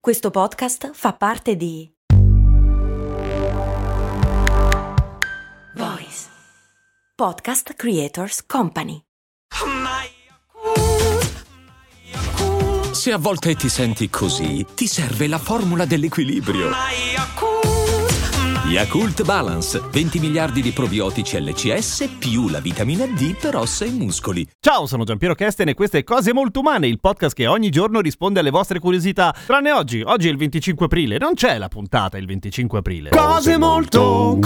Questo podcast fa parte di Voice Podcast Creators Company. Se a volte ti senti così, ti serve la formula dell'equilibrio. Yakult Balance, 20 miliardi di probiotici LCS più la vitamina D per ossa e muscoli. Ciao, sono Giampiero Kesten e questo è Cose Molto Umane, il podcast che ogni giorno risponde alle vostre curiosità. Tranne oggi è il 25 aprile, non c'è la puntata il 25 aprile. Cose molto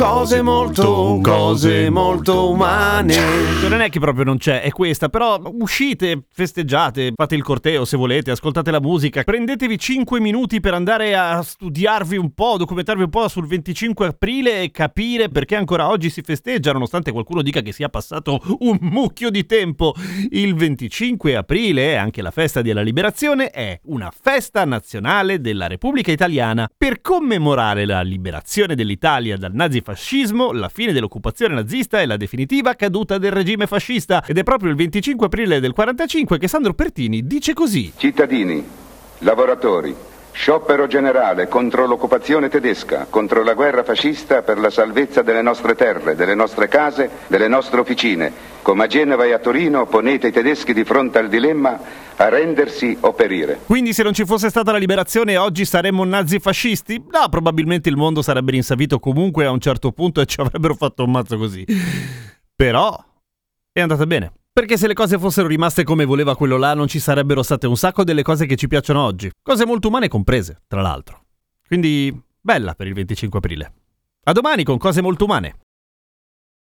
umane. Cioè, non è che proprio non c'è, è questa, però uscite, festeggiate, fate il corteo se volete, ascoltate la musica, prendetevi 5 minuti per andare a studiarvi un po', documentarvi un po' sul 25 aprile e capire perché ancora oggi si festeggia, nonostante qualcuno dica che sia passato un mucchio di tempo. Il 25 aprile, anche la festa della liberazione, è una festa nazionale della Repubblica Italiana per commemorare la liberazione dell'Italia dal nazifascismo, la fine dell'occupazione nazista e la definitiva caduta del regime fascista. Ed è proprio il 25 aprile del 45 che Sandro Pertini dice così: cittadini, lavoratori, sciopero generale contro l'occupazione tedesca, contro la guerra fascista per la salvezza delle nostre terre, delle nostre case, delle nostre officine. Come a Genova e a Torino ponete i tedeschi di fronte al dilemma a rendersi o perire. Quindi se non ci fosse stata la liberazione oggi saremmo nazifascisti? No, probabilmente il mondo sarebbe rinsavito comunque a un certo punto e ci avrebbero fatto un mazzo così. Però è andata bene. Perché se le cose fossero rimaste come voleva quello là non ci sarebbero state un sacco delle cose che ci piacciono oggi. Cose molto umane comprese, tra l'altro. Quindi bella per il 25 aprile. A domani con Cose Molto Umane.